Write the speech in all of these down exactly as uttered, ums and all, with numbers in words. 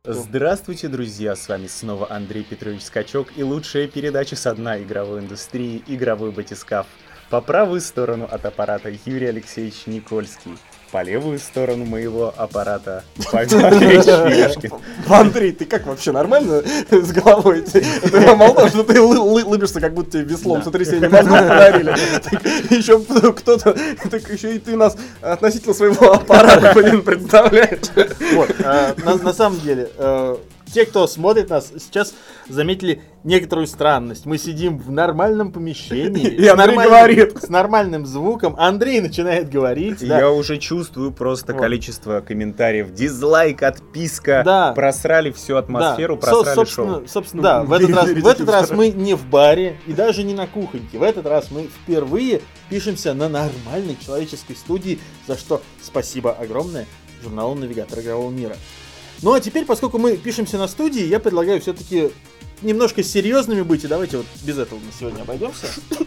Здравствуйте, друзья! С вами снова Андрей Петрович Скачок и лучшая передача со дна игровой индустрии «Игровой батискаф». По правую сторону от аппарата Юрий Алексеевич Никольский. По левую сторону моего аппарата Павел Андреевич Фигашкин. Андрей, ты как вообще, нормально с головой? Ты мало того, что ты улыбишься, как будто тебе веслом сотрясение мозгов подарили. Еще кто-то, так еще и ты нас относительно своего аппарата, блин, представляешь. Вот, на самом деле, те, кто смотрит нас, сейчас заметили некоторую странность. Мы сидим в нормальном помещении. И Андрей говорит. С нормальным звуком. Андрей начинает говорить. Я да. уже чувствую просто вот. Количество комментариев. Дизлайк, отписка. Да. Просрали всю атмосферу, да. просрали Со- собственно, шоу. Собственно, да. В этот, раз, в этот раз мы не в баре и даже не на кухоньке. В этот раз мы впервые пишемся на нормальной человеческой студии, за что спасибо огромное журналу «Навигатор игрового мира». Ну а теперь, поскольку мы пишемся на студии, я предлагаю все-таки немножко серьезными быть, и давайте вот без этого на сегодня обойдемся.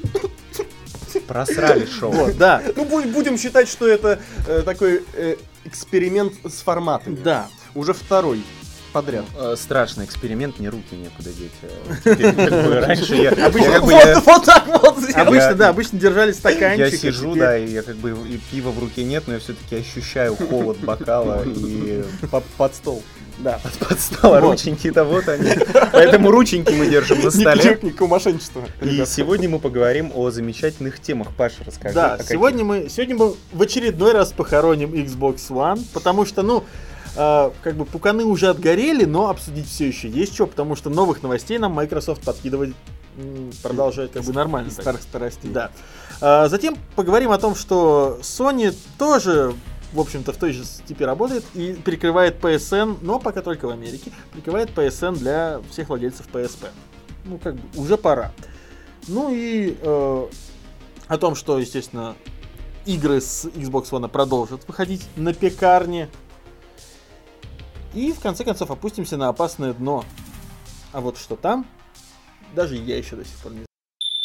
Просрали шоу. Вот, да. Ну будем считать, что это э, такой э, эксперимент с форматами. Да. Уже второй подряд. Э, страшный эксперимент, мне руки некуда деть. Теперь, как бы, раньше я... Обычно, я, как бы, вот, я, вот так вот. Обычно, я, да, обычно держали стаканчик. Я сижу, теперь... да, и я как бы и пива в руке нет, но я все-таки ощущаю холод бокала и под, под стол. Да, под, под стол, вот. Рученьки-то вот они. Поэтому рученьки мы держим на столе. Никакого мошенничества. И сегодня мы поговорим о замечательных темах. Паша, расскажи. Да, сегодня мы, сегодня мы в очередной раз похороним Xbox One, потому что, ну, э, как бы пуканы уже отгорели, но обсудить все еще есть что, потому что новых новостей нам Microsoft подкидывать м, продолжает как бы нормально. Из старых старостей. Да. А, затем поговорим о том, что Sony тоже... в общем-то, в той же типе работает и прикрывает пи эс эн, но пока только в Америке, прикрывает пи эс эн для всех владельцев пи эс пи. Ну, как бы, уже пора. Ну и э, о том, что, естественно, игры с Xbox One продолжат выходить на пекарне. И, в конце концов, опустимся на опасное дно. А вот что там, даже я еще до сих пор не знаю.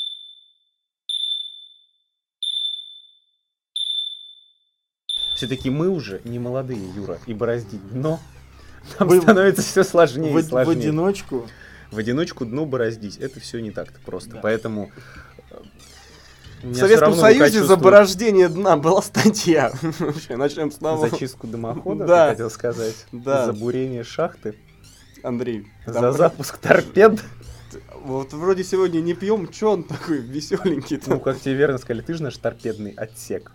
Все-таки мы уже не молодые, Юра, и бороздить дно нам Вы становится все сложнее в, и сложнее. В одиночку? В одиночку дно бороздить, это все не так-то просто. Да. Поэтому... В Советском Союзе чувствую... за борождение дна была статья. Начнем с того. За чистку дымохода, да. ты хотел сказать? Да. За бурение шахты? Андрей. За там... запуск торпед? Вот вроде сегодня не пьем, че он такой веселенький-то? Ну, как тебе верно сказали, ты же наш торпедный отсек.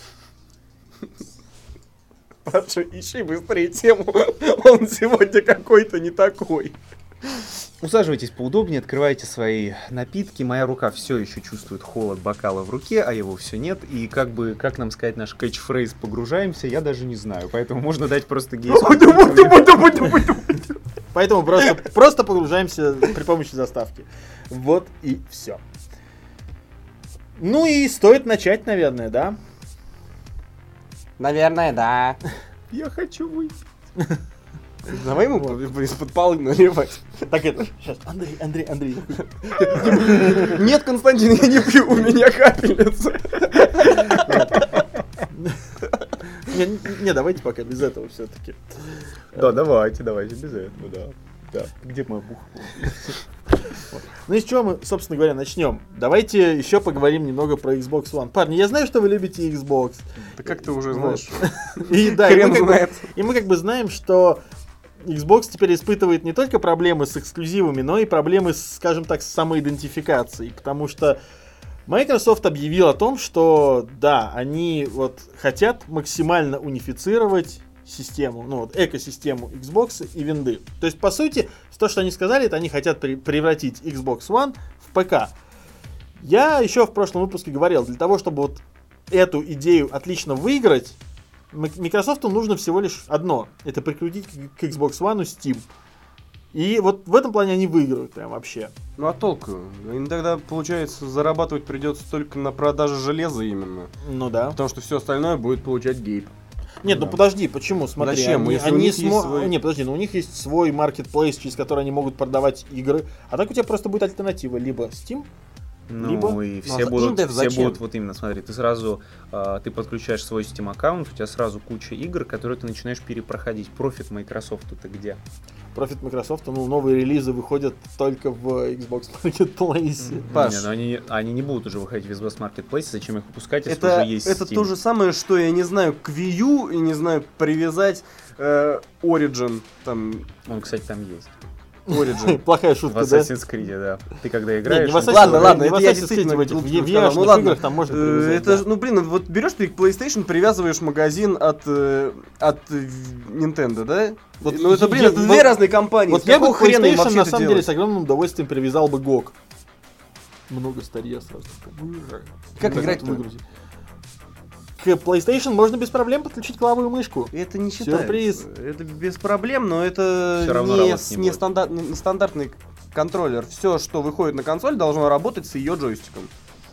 Паша, ищи быстрее тему, он сегодня какой-то не такой. Усаживайтесь поудобнее, открывайте свои напитки. Моя рука все еще чувствует холод бокала в руке, а его все нет. И как бы, как нам сказать наш кэтчфрейз «погружаемся», я даже не знаю. Поэтому можно дать просто гейсу. Поэтому просто, просто погружаемся при помощи заставки. Вот и все. Ну и стоит начать, наверное, да? Наверное, да. Я хочу выйти. Давай ему из-под полы наливать. Так это, сейчас, Андрей, Андрей, Андрей. Нет, Константин, я не пью, у меня капельница. Не, не, давайте пока без этого все-таки. Да, давайте, давайте без этого, да. Да. Где моя бухла? Ну и с чего мы, собственно говоря, начнем? Давайте еще поговорим немного про Xbox One. Парни, я знаю, что вы любите Xbox. Да как ты уже знаешь? И да, и мы, как бы, и мы как бы знаем, что Xbox теперь испытывает не только проблемы с эксклюзивами, но и проблемы, с, скажем так, с самоидентификацией. Потому что Microsoft объявил о том, что да, они вот хотят максимально унифицировать систему, ну вот экосистему Xbox и винды. То есть, по сути, то, что они сказали, это они хотят при- превратить Xbox One в ПК. Я еще в прошлом выпуске говорил, для того, чтобы вот эту идею отлично выиграть, Microsoft нужно всего лишь одно. Это прикрутить к Xbox One Steam. И вот в этом плане они выигрывают прям вообще. Ну а толку? Им тогда, получается, зарабатывать придется только на продаже железа именно. Ну да. Потому что все остальное будет получать гейб. Нет, ну, ну подожди, почему? Смотри, Зачем? они, они смо... свой... Не, подожди, ну у них есть свой маркетплейс, через который они могут продавать игры. А так у тебя просто будет альтернатива. Либо Steam, Ну Либо... и все, Ну, будут, индекс все зачем? будут, вот именно, смотри, ты сразу, э, ты подключаешь свой Steam аккаунт, у тебя сразу куча игр, которые ты начинаешь перепроходить. Профит Microsoft-то где? Профит Microsoft, ну, новые релизы выходят только в Xbox Marketplace. Паш. Не, ну они, они не будут уже выходить в Xbox Marketplace, зачем их выпускать, если Это, уже есть это Steam? то же самое, что, я не знаю, к Wii U, и не знаю, привязать э, Origin, там, Он, кстати, там есть. Origin. Плохая В шутка, да? Assassin's Creed, да. Ты когда Не, играешь... не в он- Assassin's Ладно, Creed, ладно, не в это я Assassin's Creed, действительно в этих, глупо в сказал. ви ар-шных Ну ладно, играх там можно э, привязать, это, да. ж, ну блин, вот берешь ты к PlayStation, привязываешь магазин от, э, от э, Nintendo, да? Вот Ну это, блин, я- это вот- две разные компании. Вот С я бы какого хрена им PlayStation вообще на это самом деле делать? с огромным удовольствием привязал бы джи о джи. Много старья сразу. Как Так играть-то? вот выгрузить. К PlayStation можно без проблем подключить клаву и мышку. Это не считается. Сюрприз. Это без проблем, но это Всё равно не, работать с- не не будет. стандарт- не стандартный контроллер. Все, что выходит на консоль, должно работать с ее джойстиком.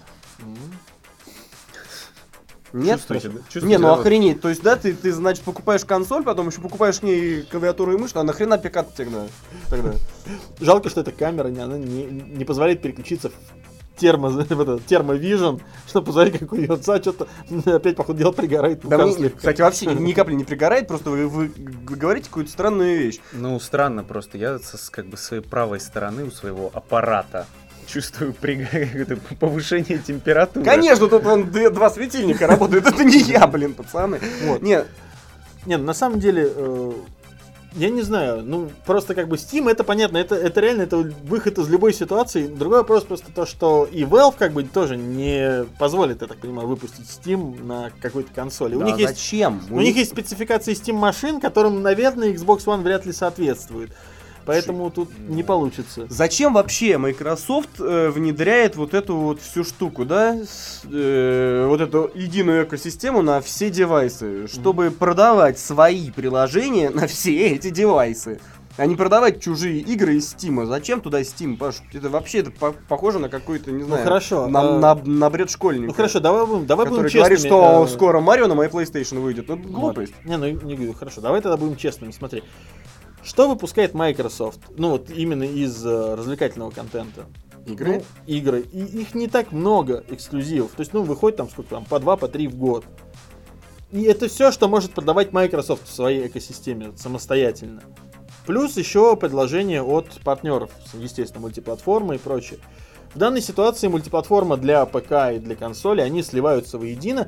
Нет? Чувствуете, да? Не, Чувствуете, ну да, вот? охренеть. То есть, да, ты, ты, значит, покупаешь консоль, потом еще покупаешь к ней клавиатуру и мышь, а нахрена пикат тогда? тогда? Жалко, что эта камера не, она не, не позволяет переключиться в термо, в это, термовижн, чтобы посмотреть, как у ее отца что-то опять, походу, дело пригорает. Да, рукам мне, слегка. кстати, вообще ни, ни капли не пригорает, просто вы, вы г- говорите какую-то странную вещь. Ну, странно просто. Я со, с как бы своей правой стороны у своего аппарата чувствую при... это повышение температуры. Конечно, тут вон две- два светильника работают, это не я, блин, пацаны. Вот. Нет, Не, ну, на самом деле, э, я не знаю, ну, просто как бы Steam, это понятно, это, это реально это выход из любой ситуации. Другой вопрос просто то, что и Valve как бы тоже не позволит, я так понимаю, выпустить Steam на какой-то консоли. У да них есть зачем? У них есть спецификации Steam машин, которым, наверное, Xbox One вряд ли соответствует. Поэтому тут не получится. Зачем вообще Microsoft э, внедряет вот эту вот всю штуку, да? С- э, вот эту единую экосистему на все девайсы, чтобы продавать свои приложения на все эти девайсы. А не продавать чужие игры из Steam. Зачем туда Steam, Паш? Это вообще это по- похоже на какой-то, не знаю, хорошо, на, а- на, на бред школьника. Ну хорошо, давай будем, давай будем который честными. говорит, что э, скоро Марио на моей PlayStation выйдет. Ну, вот. глупость. Не, ну не говорю, хорошо, давай тогда будем честными. Смотри, что выпускает Microsoft? Ну вот именно из э, развлекательного контента. Игры? Ну, игры. И их не так много эксклюзивов. То есть, ну, выходит там сколько там, по два, по три в год. И это все, что может продавать Microsoft в своей экосистеме самостоятельно. Плюс еще предложения от партнеров, естественно, мультиплатформы и прочее. В данной ситуации мультиплатформа для ПК и для консоли, они сливаются воедино.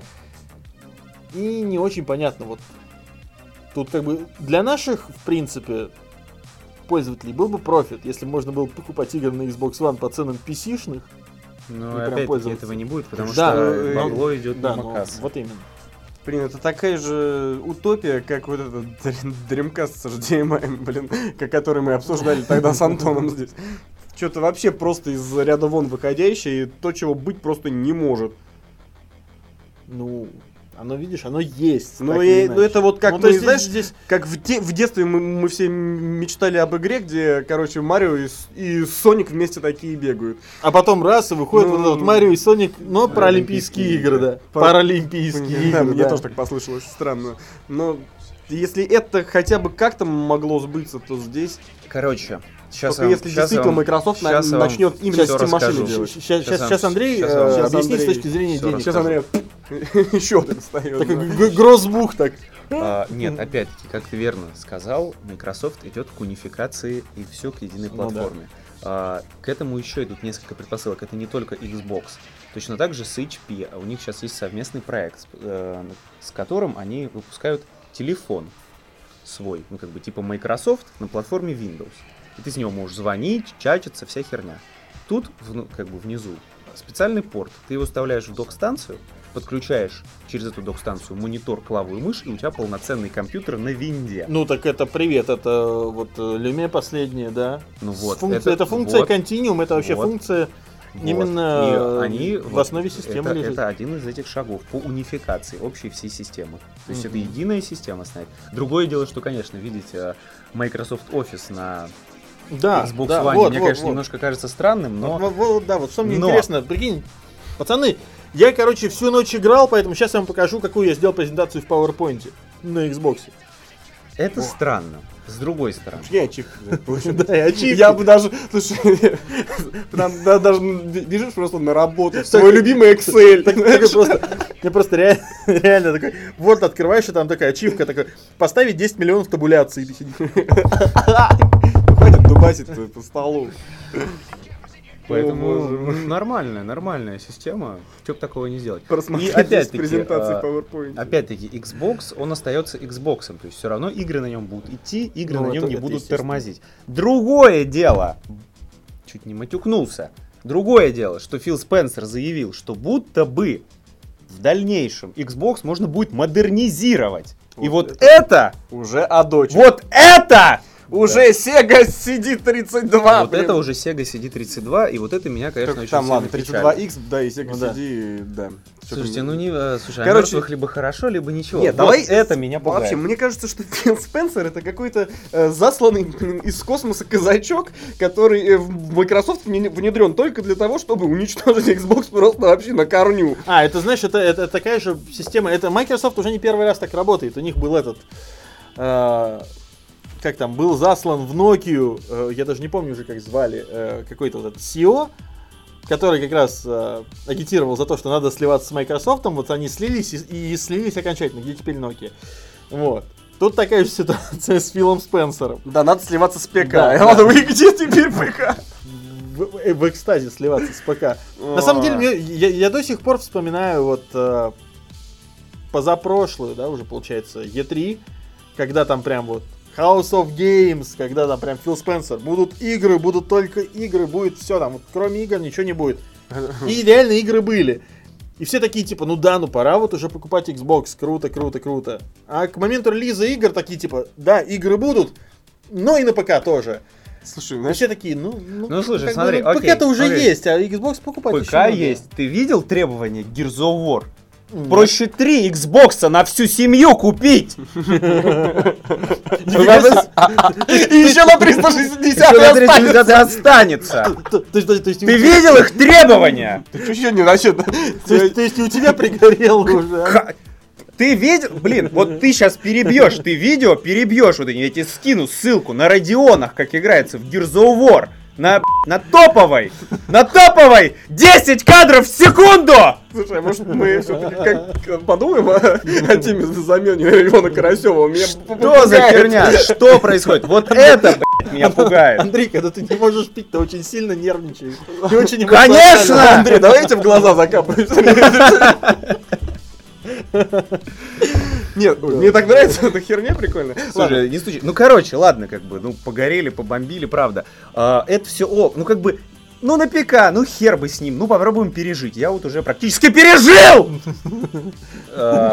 И не очень понятно, вот тут как бы для наших, в принципе, пользователей был бы профит, если можно было покупать игры на Xbox One по ценам пи си-шных. Но И прям опять-таки пользоваться. этого не будет, потому Да, что э, бабло идет Да, на ну, макас. вот именно. Блин, это такая же утопия, как вот этот Дрим- Dreamcast с эйч ди эм ай, блин, ко- который мы обсуждали тогда с Антоном здесь. Что-то вообще просто из ряда вон выходящее, и то, чего быть просто не может. Ну, оно, видишь, оно есть. Ну, так и- или ну, иначе. это вот как Ну, мы, то есть знаешь, здесь, здесь- как в, де- в детстве мы, мы все мечтали об игре, где, короче, Марио и, С- и Соник вместе такие бегают. А потом раз, и выходит Ну, вот этот вот Марио и Соник, но про Паралимпийские Олимпийские игры, игры. да. Пар- Паралимпийские Да, игры, мне да. тоже так послышалось странно. Но если это хотя бы как-то могло сбыться, то здесь... Короче, сейчас Только если действительно Microsoft на- щас я вам начнет именно всё Steam машины расскажу. делать. Сейчас, Щас сейчас, вам- сейчас Андрей щас э, вам- Щас объяснит Андрей с точки зрения всё денег. Сейчас расскажу. Андрей еще один встает. Такой да. г- грозбух так. А, нет, опять-таки, как ты верно сказал, Microsoft идет к унификации и все к единой Ну да. платформе. А, к этому еще идут несколько предпосылок. Это не только Xbox. Точно так же с эйч пи. А у них сейчас есть совместный проект, с, э, с которым они выпускают телефон свой, ну как бы типа Microsoft на платформе Windows. И ты с него можешь звонить, чатиться, вся херня. Тут, вну- как бы внизу, специальный порт. Ты его вставляешь в док-станцию, подключаешь через эту док-станцию монитор, клаву и мышь, и у тебя полноценный компьютер на винде. Ну так это привет, это вот э, Люме последнее, да. Ну С вот, функция- это, это- функция вот, Continuum, это вообще вот. функция Вот. именно И они, в вот, основе системы это, лежит. это один из этих шагов по унификации общей всей системы. То есть это Мгм. единая система станет. Другое дело, что, конечно, видеть э, Microsoft Office на Да, Xbox да, One вот, мне, вот, конечно, вот. немножко кажется странным, но... Вот, вот, вот, да, вот что мне Но. интересно, прикинь, пацаны, я, короче, всю ночь играл, поэтому сейчас я вам покажу, какую я сделал презентацию в PowerPoint на Xbox. Это странно. С другой стороны. Не ачивка. Да, и ачивки. Я бы даже, слушай, там да, даже бежишь просто на работу, в свой любимый Excel. Так, такой просто, я просто реально, реально такой, Word открываешь, и там такая ачивка, такой, поставить десять миллионов табуляций. И ты сидишь. Хватит дубасить по столу. Поэтому ну, нормальная, нормальная система. Чё бы такого не сделать. И опять-таки, презентации а, PowerPoint. Опять-таки, Xbox, он остается Xbox. То есть все равно игры на нем будут идти, игры Ну, на нем это- не это будут тормозить. Другое дело, чуть не матюкнулся, другое дело, что Фил Спенсер заявил, что будто бы в дальнейшем Xbox можно будет модернизировать. И Вот вот это, Уже адочек. вот это... Уже Sega си ди тридцать два. Вот это уже Sega си ди тридцать два, и вот это меня, конечно, Как очень там, сильно ладно, тридцать два печалит. икс, да, и Sega Ну да. си ди, да. Слушайте, ну не... э, Слушай, Короче, а мертвых либо хорошо, либо ничего. Нет, Вот давай это меня пугает. Вообще, мне кажется, что Фил Спенсер это какой-то э, засланный блин, из космоса казачок, который э, в Microsoft вне- внедрен только для того, чтобы уничтожить Xbox просто вообще на корню. А, это, знаешь, это, это такая же система, это Microsoft уже не первый раз так работает, у них был этот... э, как там, был заслан в Nokia, э, я даже не помню уже, как звали, э, какой-то вот этот си и о, который как раз э, агитировал за то, что надо сливаться с Microsoft, вот они слились и, и слились окончательно, где теперь Nokia. Вот. Тут такая же ситуация с Филом Спенсером. Да, надо сливаться с ПК. Да, Ладно, да. вы где теперь ПК? В, в- в экстазе сливаться с ПК. На самом деле, мне- я, я до сих пор вспоминаю вот э, позапрошлую, да, уже получается, и три, когда там прям вот House of Games, когда там прям Фил Спенсер, будут игры, будут только игры, будет все там, вот, кроме игр ничего не будет. И реально игры были. И все такие типа, ну да, ну пора вот уже покупать Xbox, круто, круто, круто. А к моменту релиза игр такие типа, да, игры будут, но и на ПК тоже. Слушай, И знаешь, все такие, ну, ну, Ну, слушай, как бы, смотри, ну, окей, ПК-то уже смотри. есть, а Xbox покупать еще ПК надо. есть. Ты видел требования Gears of War? М. Проще три Xbox на всю семью купить. и еще на триста шестьдесят Еще на останется. триста шестьдесят останется. То, то есть, то есть у Ты тебя- видел их требования? Ты что еще не насчет? То есть, то есть и у тебя пригорело уже. а? Ха- Ты видел? Блин, вот ты сейчас перебьешь, ты видео перебьешь, вот я тебе скину ссылку на Радионах, как играется в Gears of War. На, на топовой, на топовой десять кадров в секунду! Слушай, а может мы все-таки как подумаем о, о теме замене Ивана Карасева? Меня Что за херня? Что происходит? Вот это, блядь, меня пугает. Андрей, когда ты не можешь пить, ты очень сильно нервничаешь. Ты очень Конечно! эмоциональный. Андрей, давайте в глаза закапываемся. Нет, мне так нравится эта херня прикольная. Ладно. Слушай, не стучи. Ну, короче, ладно, как бы, ну, погорели, побомбили, правда. А, это все, о, ну, как бы, ну, на ПК, ну, хер бы с ним, ну, попробуем пережить. Я вот уже практически пережил! А,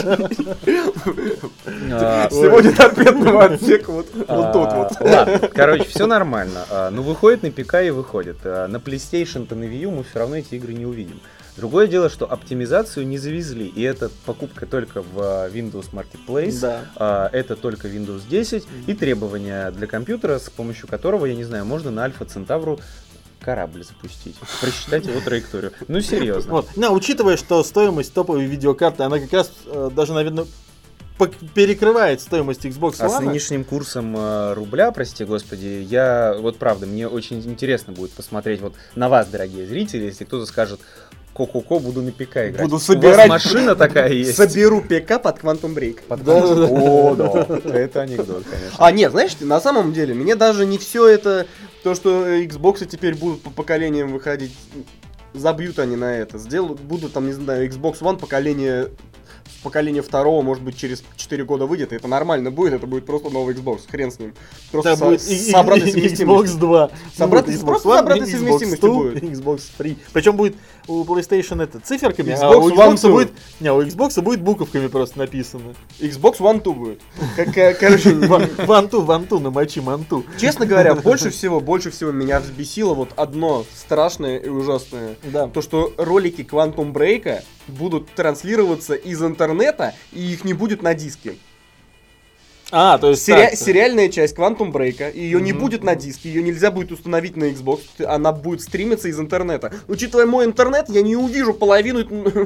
а, Сегодня торпедного отсека вот вот а, тут вот. Ладно, короче, все нормально. А, Ну, выходит на ПК и выходит. А, На PlayStation-то на Wii U мы все равно эти игры не увидим. Другое дело, что оптимизацию не завезли, и это покупка только в а, Windows Marketplace, Да. а, это только Windows десять, и требования для компьютера, с помощью которого, я не знаю, можно на Альфа Центавру корабль запустить, просчитать его траекторию. Ну, серьезно. Вот. Но учитывая, что стоимость топовой видеокарты, она как раз э, даже, наверное, пок- перекрывает стоимость Xbox А с One. нынешним курсом э, рубля, прости господи, я, вот правда, мне очень интересно будет посмотреть вот на вас, дорогие зрители, если кто-то скажет, ко-ко-ко, буду на ПК играть. Буду У вас собирать- машина такая есть. Соберу ПК под Quantum Break. Под- О, да, это анекдот, конечно. А, нет, знаешь, на самом деле, мне даже не все это, то, что Xbox теперь будут по поколениям выходить, забьют они на это. Сделают, будут там, не знаю, Xbox One поколение, поколение второго, может быть, через четыре года выйдет, и это нормально будет, это будет просто новый Xbox, хрен с ним. Просто Это со- будет с, и- обратной и- совместимостью. Xbox два. С обратной- Будет просто Xbox с One, обратной Xbox совместимостью два, будет. Xbox Free. Причем будет у PlayStation это циферками, а Xbox у One Xbox two. будет, не, у Xbox будет буковками просто написано. Xbox One two будет. Как, э, короче, Ванту, ванту, намочи манту. честно говоря, больше всего, больше всего меня взбесило вот одно страшное и ужасное. Да. То, что ролики Quantum Break будут транслироваться из интернета, и их не будет на диске. А, то есть Сери- так. сериальная часть Quantum Break, ее mm-hmm. не будет на диске, ее нельзя будет установить на Xbox, она будет стримиться из интернета. Учитывая мой интернет, я не увижу половину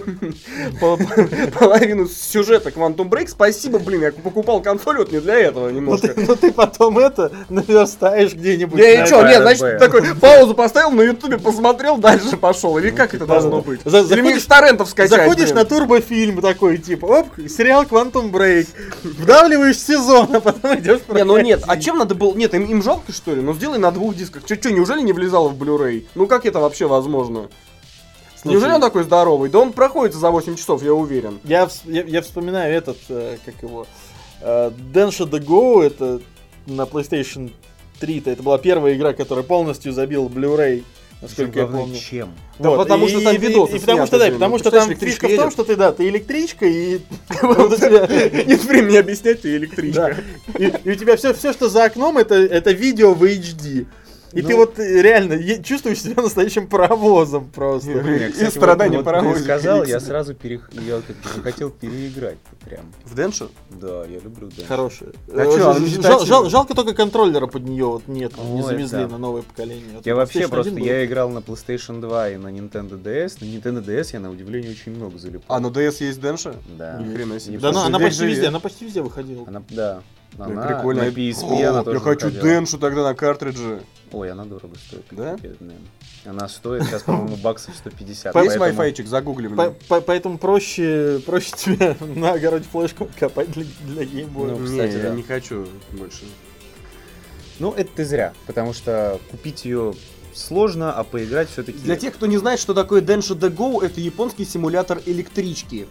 половину сюжета Quantum Break. Спасибо, блин, я покупал консоль вот не для этого немножко. Ну ты потом это наверстаешь где-нибудь. Я ничего, нет, значит, такой паузу поставил, на ютубе посмотрел, дальше пошел. Или как это должно быть? Или мне с торрентов скачать. Заходишь на турбофильм такой, типа, оп, сериал Quantum Break, вдавливаешь сезон, а потом идешь про. Не, ну нет, а чем надо было... Нет, им, им жалко, что ли? Ну сделай на двух дисках. Че, че, неужели не влезало в Blu-ray? Ну как это вообще возможно? Слушай, неужели он такой здоровый? Да он проходит за восемь часов, я уверен. Я, я, я вспоминаю этот, э, как его, э, Densha the Go, это на PlayStation три, это была первая игра, которая полностью забила Blu-ray. Насколько я помню. Чем? Да вот, потому и, что там видосы. И, и потому что, да, потому что там фишка в том, что ты, да, ты электричка, и нет времени объяснять, ты электричка. И у тебя все, что за окном, это видео в эйч ди. И ну, ты вот реально чувствуешь себя настоящим паровозом просто. И страдания паровоза. Ты сказал, я сразу перех... я хотел переиграть прям. В Деншу? Да, я люблю Деншу. Хорошая. А Жал, жал, жалко только контроллера под нее вот нет, Ой, не завезли да. на новое поколение. Вот я вообще просто, я играл на PlayStation два и на Nintendo ди эс. На Nintendo ди эс я на удивление очень много залипал. А на ди эс есть Денша? Да. Ни хрена себе. Да, она почти везде, она почти везде выходила. Она, да. Она, прикольно. На пи эс пи она тоже Я хочу выходила. Деншу тогда на картридже. Ой, она дорого стоит. Да? Она стоит сейчас, по-моему, баксов сто пятьдесят. Есть вай-файчик, загугли мне. Поэтому проще проще тебе на огороде флешку копать для геймбоя. Ну, кстати, я не хочу больше. Ну, это ты зря, потому что купить ее сложно, а поиграть все-таки... Для тех, кто не знает, что такое Densha the Go, это японский симулятор электрички.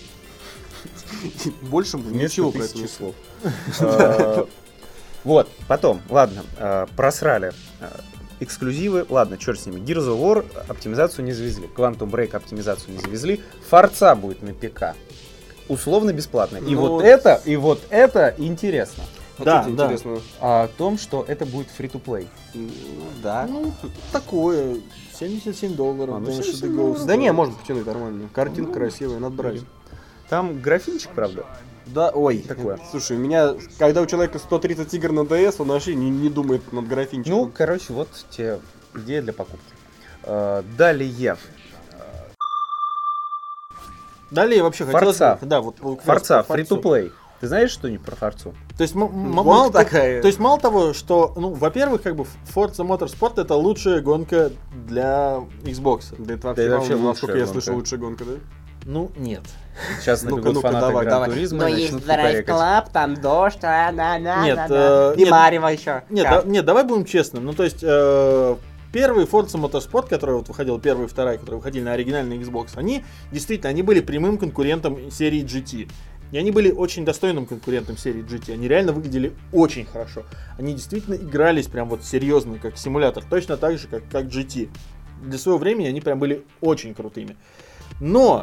Больше ничего про это слов. Вот, потом, ладно, просрали эксклюзивы, ладно, черт с ними. Gears of War оптимизацию не завезли, Quantum Break оптимизацию не завезли, Forza будет на ПК. Условно бесплатно. И ну, вот это, и вот это интересно. А да, да. Интересно? О том, что это будет free-to-play. Да. Ну, такое. семьдесят семь долларов. А, ну, семьдесят семь долларов. Да не, можно потянуть нормально. Картинка ну, красивая, надо брать. Там графинчик, правда? Да, ой. Такое. Слушай, у меня, когда у человека сто тридцать игр на ди эс, он вообще не, не думает над графинчиком. Ну, короче, вот те идеи для покупки. Uh, далее. Далее вообще хотелось... Forza. Да, вот, Forza, free-to-play. Ты знаешь что-нибудь про Forza? То есть, м- мало такая. То есть мало того, что, ну, во-первых, как бы Forza Motorsport это лучшая гонка для Xbox. Да это вообще, да, вообще насколько я слышал, лучшая гонка, да? Ну, нет. Сейчас набегут ну фанаты давай, Гран Туризма и начнут Drive Club, там дождь, а, на, на, нет, на, э, и Марево еще. Нет, да, нет, давай будем честным. Ну, то есть, э, первый Forza Motorsport, который вот выходил, первый и второй, которые выходили на оригинальный Xbox, они действительно, они были прямым конкурентом серии джи ти. И они были очень достойным конкурентом серии джи ти. Они реально выглядели очень хорошо. Они действительно игрались прям вот серьезно, как симулятор. Точно так же, как, как джи ти. Для своего времени они прям были очень крутыми. Но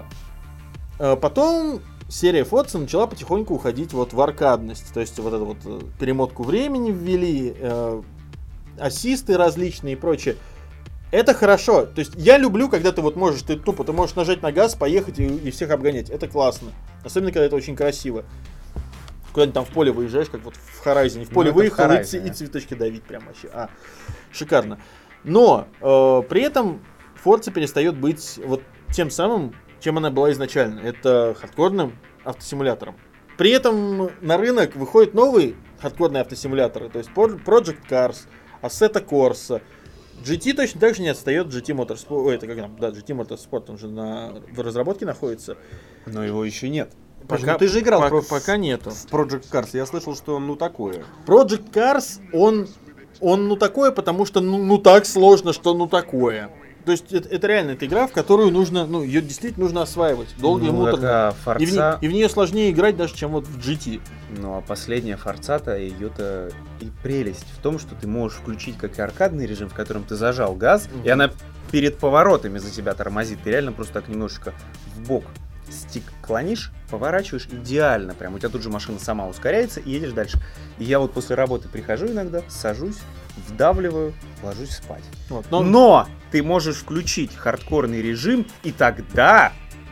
э, потом серия Forza начала потихоньку уходить вот в аркадность. То есть вот эту вот э, перемотку времени ввели, э, ассисты различные и прочее. Это хорошо. То есть я люблю, когда ты вот можешь, ты тупо, ты можешь нажать на газ, поехать и, и всех обгонять. Это классно. Особенно, когда это очень красиво. Куда-нибудь там в поле выезжаешь, как вот в Horizon. В поле ну, выехал в Horizon, и, и цветочки давить прям вообще. А, шикарно. Но э, при этом Forza перестает быть вот тем самым, чем она была изначально. Это хардкорным автосимулятором. При этом на рынок выходят новые хардкорные автосимуляторы. То есть Project Cars, Assetto Corsa. джи ти точно так же не отстает джи ти Motorsport. Ой, это как там? Да, джи ти Motorsport, он же на, в разработке находится. Но его еще нет. Пока, ну, ты же играл пока, в, пока нету. В Project Cars. Я слышал, что он ну такое. Project Cars, он, он ну такое, потому что ну, ну так сложно, что ну такое. То есть это, это реально это игра, в которую нужно, ну, ее действительно нужно осваивать. Долго и ну, муторно. Forza... И, в не, и в нее сложнее играть даже, чем вот в джи ти. Ну а последняя Forza-то, ее-то и прелесть в том, что ты можешь включить как и аркадный режим, в котором ты зажал газ, mm-hmm. и она перед поворотами за тебя тормозит. Ты реально просто так немножечко вбок стик клонишь, поворачиваешь идеально. Прям у тебя тут же машина сама ускоряется и едешь дальше. И я вот после работы прихожу иногда, сажусь, вдавливаю, ложусь спать. Вот, но... но ты можешь включить хардкорный режим, и тогда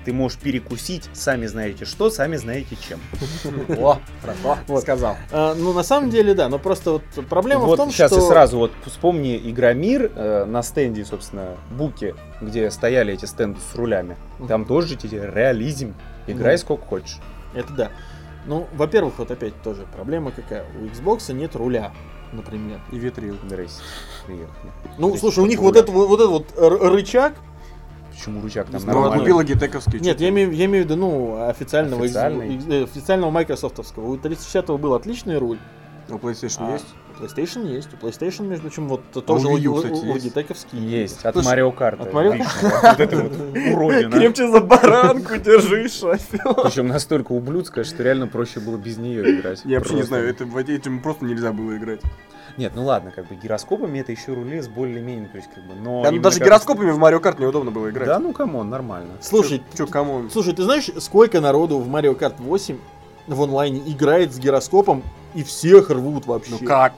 Ты можешь перекусить, сами знаете что, сами знаете чем. О, хорошо, вот сказал. А, ну, на самом деле, да, но просто вот проблема Вот в том, сейчас что... и сразу вот вспомни Игромир э, на стенде, собственно, Буки, где стояли эти стенды с рулями. Там тоже тебе реализм. Играй Ну. сколько хочешь. Это да. Ну, во-первых, вот опять тоже проблема какая. У Xbox нет руля, например. И ветрил. Здрасте. Приехали. Ну, Здрасте, слушай, у них руля. вот, это, вот вот этот вот р- рычаг. Почему рычаг там Ну, нормально? купила гитековский. Нет, я имею, я имею в виду, ну, официального, Официальный? Xbox- э, официального майкрософтовского. У триста шестидесятого был отличный руль. У PlayStation А, есть? у PlayStation есть. У PlayStation, между прочим, вот тоже у Wii U, у- кстати, у- есть? логитековский. Есть, от Слушай, Марио Карта. от Марио Вот это вот уродина. Крепче за баранку держи, шофер. Причем настолько ублюдская, что реально проще было без нее играть. Я вообще не Просто. знаю, это, этим просто нельзя было играть. Нет, ну ладно, как бы гироскопами это еще рули с более-менее, то есть как бы, но... Да, ну, именно даже как- гироскопами в Mario Kart неудобно было играть. Да, ну камон, нормально. Слушай, Чё, кому? слушай, ты знаешь, сколько народу в Mario Kart восемь в онлайне играет с гироскопом и всех рвут вообще? Ну как?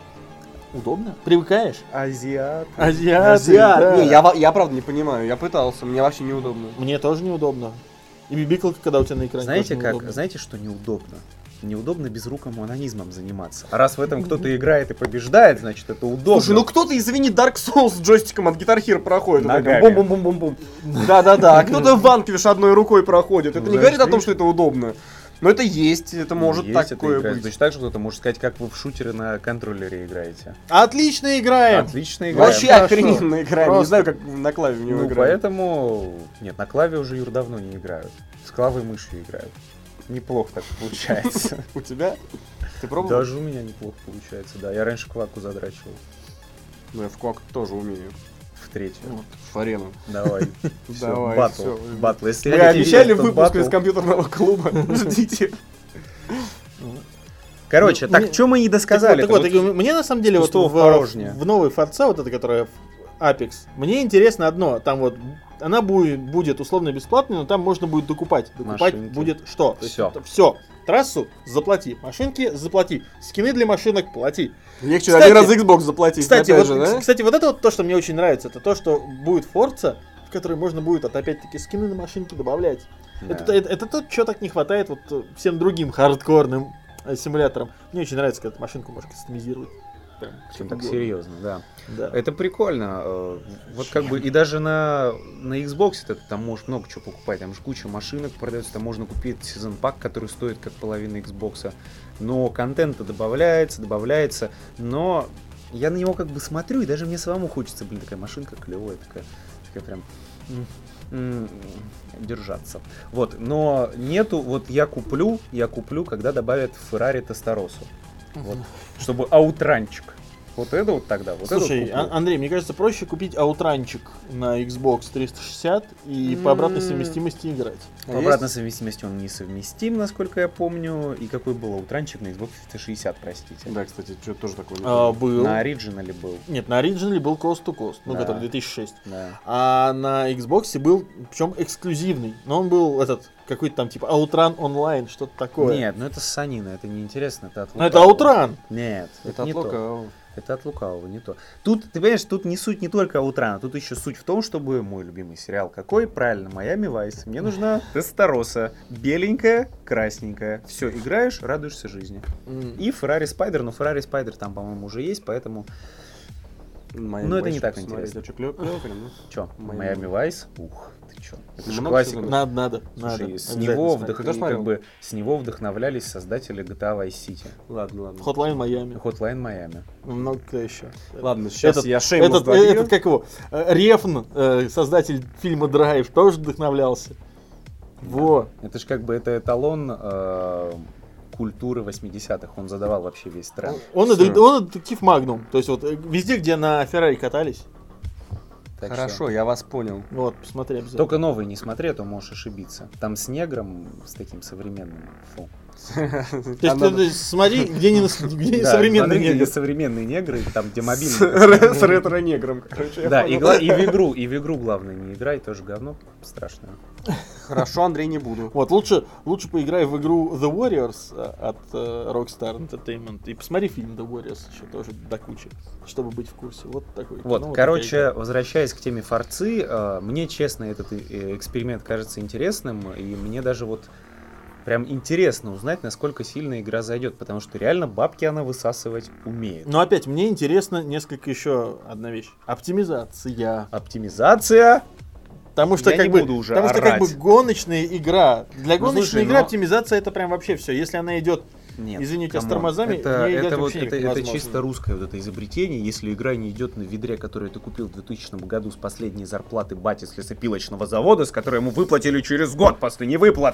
Удобно? Привыкаешь? Азиат. Азиаты, Азиат. да. Не, я, во- я правда не понимаю, я пытался, мне вообще неудобно. Мне тоже неудобно. И бибикалка, когда у тебя на экране. Знаете, тоже как, неудобно. знаете, что неудобно? Неудобно безрукому анонизмом заниматься. А раз в этом кто-то играет и побеждает, значит это удобно. Слушай, ну кто-то, извини, Dark Souls с джойстиком от Guitar Hero проходит. Вот Ногами. так, бум-бум-бум-бум-бум. Да-да-да, а кто-то Vanquish одной рукой проходит. Это Ну, не знаешь, говорит о том, видишь? что это удобно. Но это есть, это может Есть это такое играть. быть. Точно так же кто-то может сказать, как вы в шутеры на контроллере играете. Отлично играем! Отлично играем. Вообще Хорошо. охрененно играем. Не Просто. знаю, как на клаве в него Ну, играют. поэтому... Нет, на клаве уже Юр давно не играют. С клавой и мышью играют. Неплохо так получается. У тебя? Ты пробовал? Даже у меня неплохо получается, да. Я раньше кваку задрачивал. Ну, я в Quack тоже умею. В третью. Вот, в арену. Давай. Всё, Давай, батл. всё. Батл. Если Мы хотите обещали видеть, то выпуск батл. из компьютерного клуба. Ждите. Короче, Ну, так мне- что мы не досказали? Так вот, так вот, мне на самом деле вот пустого в, порожня. в новой Forza, вот эта, которая в Apex, мне интересно одно, там вот она будет, будет условно бесплатной, но там можно будет докупать. Докупать Машинки. будет что? Всё. Все. Трассу заплати, машинки заплати, скины для машинок плати. Легче Кстати- один раз за Xbox заплатить, Кстати, опять вот, же, да? кстати, вот это вот то, что мне очень нравится, это то, что будет Forza, в которой можно будет вот опять-таки скины на машинки добавлять. Да. Это, это, это то, чего так не хватает вот э, всем другим хардкорным э, симуляторам. Мне очень нравится, когда ты машинку можешь кастомизировать. Прям, Причем как так угодно. серьезно, да. Да. Это прикольно. э, Вот как бы и даже на, на Xbox ты там можешь много чего покупать. Там же куча машинок продается, там можно купить сезон пак, который стоит как половина Xbox. Но контента добавляется, добавляется. Но я на него как бы смотрю, и даже мне самому хочется, блин, такая машинка клевая, такая, такая прям м, м, держаться. Вот, но нету, вот я куплю, я куплю, когда добавят в Ferrari Тестаросу. Вот, чтобы аутранчик. Вот это вот тогда, вот Слушай, это вот куплю. А- Андрей, мне кажется, проще купить аутранчик на Xbox триста шестьдесят и по обратной М. совместимости играть. А По обратной совместимости он несовместим, насколько я помню. И какой был аутранчик на Xbox триста шестьдесят, простите. Да, кстати, что-то тоже такое. не А, помню. был. На оригинале был. Нет, на оригинале был Coast to Coast, ну, Да. который две тысячи шесть. Да. А на Xbox был, причем эксклюзивный. Но он был этот, какой-то там типа Outrun онлайн, что-то такое. Нет, ну это ссанина, это неинтересно, это от Ну это лукавого. Outrun. Нет, это, Это не от то. лукавого. Это от лукавого, не то. Тут, ты понимаешь, тут не суть не только Аутрана, тут еще суть в том, чтобы мой любимый сериал какой? Правильно, Майами Вайс. Мне нужна Тестороса. Беленькая, красненькая. Все, играешь, радуешься жизни. М. И Ferrari Spider, но Ferrari Spider там, по-моему, уже есть, поэтому... Майами Ну, это Вайс не так посмотреть. интересно. А что, клёв- клёво прям, да? Че, Майами Майами Вайс? Ух, ты че? Это же Много классика. сезонов? Надо, надо, Слушай, надо. с Обязательно него, смотреть. вдох- Ты тоже как смотрел? бы, с него вдохновлялись создатели джи ти эй Vice City. Ладно, ладно. Hotline Майами. Hotline Miami. Много кто еще. Ладно, сейчас Этот- я шеймус Этот, добью. этот, как его, э, Рефн, э, создатель фильма Драйв, тоже вдохновлялся. Во. Это же как бы это эталон э, культуры восьмидесятых. Он задавал вообще весь тренд. Он, и Всё. дет- он и детектив Магнум. То есть вот э, везде, где на Феррари катались, Так Хорошо, что я вас понял. вот, посмотри обязательно. Только новый не смотри, а то можешь ошибиться. Там с негром, с таким современным. Фу. То есть ты смотри, где не современные негры. современные негры, там где мобильные. С ретро-негром, короче. Да, и в игру, и в игру главное не играй, тоже говно страшное. Хорошо, Андрей, не буду. Вот, лучше, лучше поиграй в игру The Warriors от uh, Rockstar Entertainment и посмотри фильм The Warriors еще тоже до кучи, чтобы быть в курсе. Вот такой. Вот, ну, короче, возвращаясь к теме Форцы, э, мне, честно, этот эксперимент кажется интересным, и мне даже вот прям интересно узнать, насколько сильно игра зайдет, потому что реально бабки она высасывать умеет. Но опять, мне интересно несколько еще одна вещь. Оптимизация. Оптимизация? Потому что, Я как не бы, буду уже потому что как бы орать. гоночная игра. Для Ну, гоночной слушай, игры но- оптимизация это прям вообще все. Если она идет, Нет, извините, а с камон. тормозами, это, в нее играть это, вот, вообще это, это невозможно. чисто русское вот это изобретение. Если игра не идет на ведре, которое ты купил в двухтысячном году с последней зарплаты бати с лесопилочного завода, с которой ему выплатили через год после невыплат,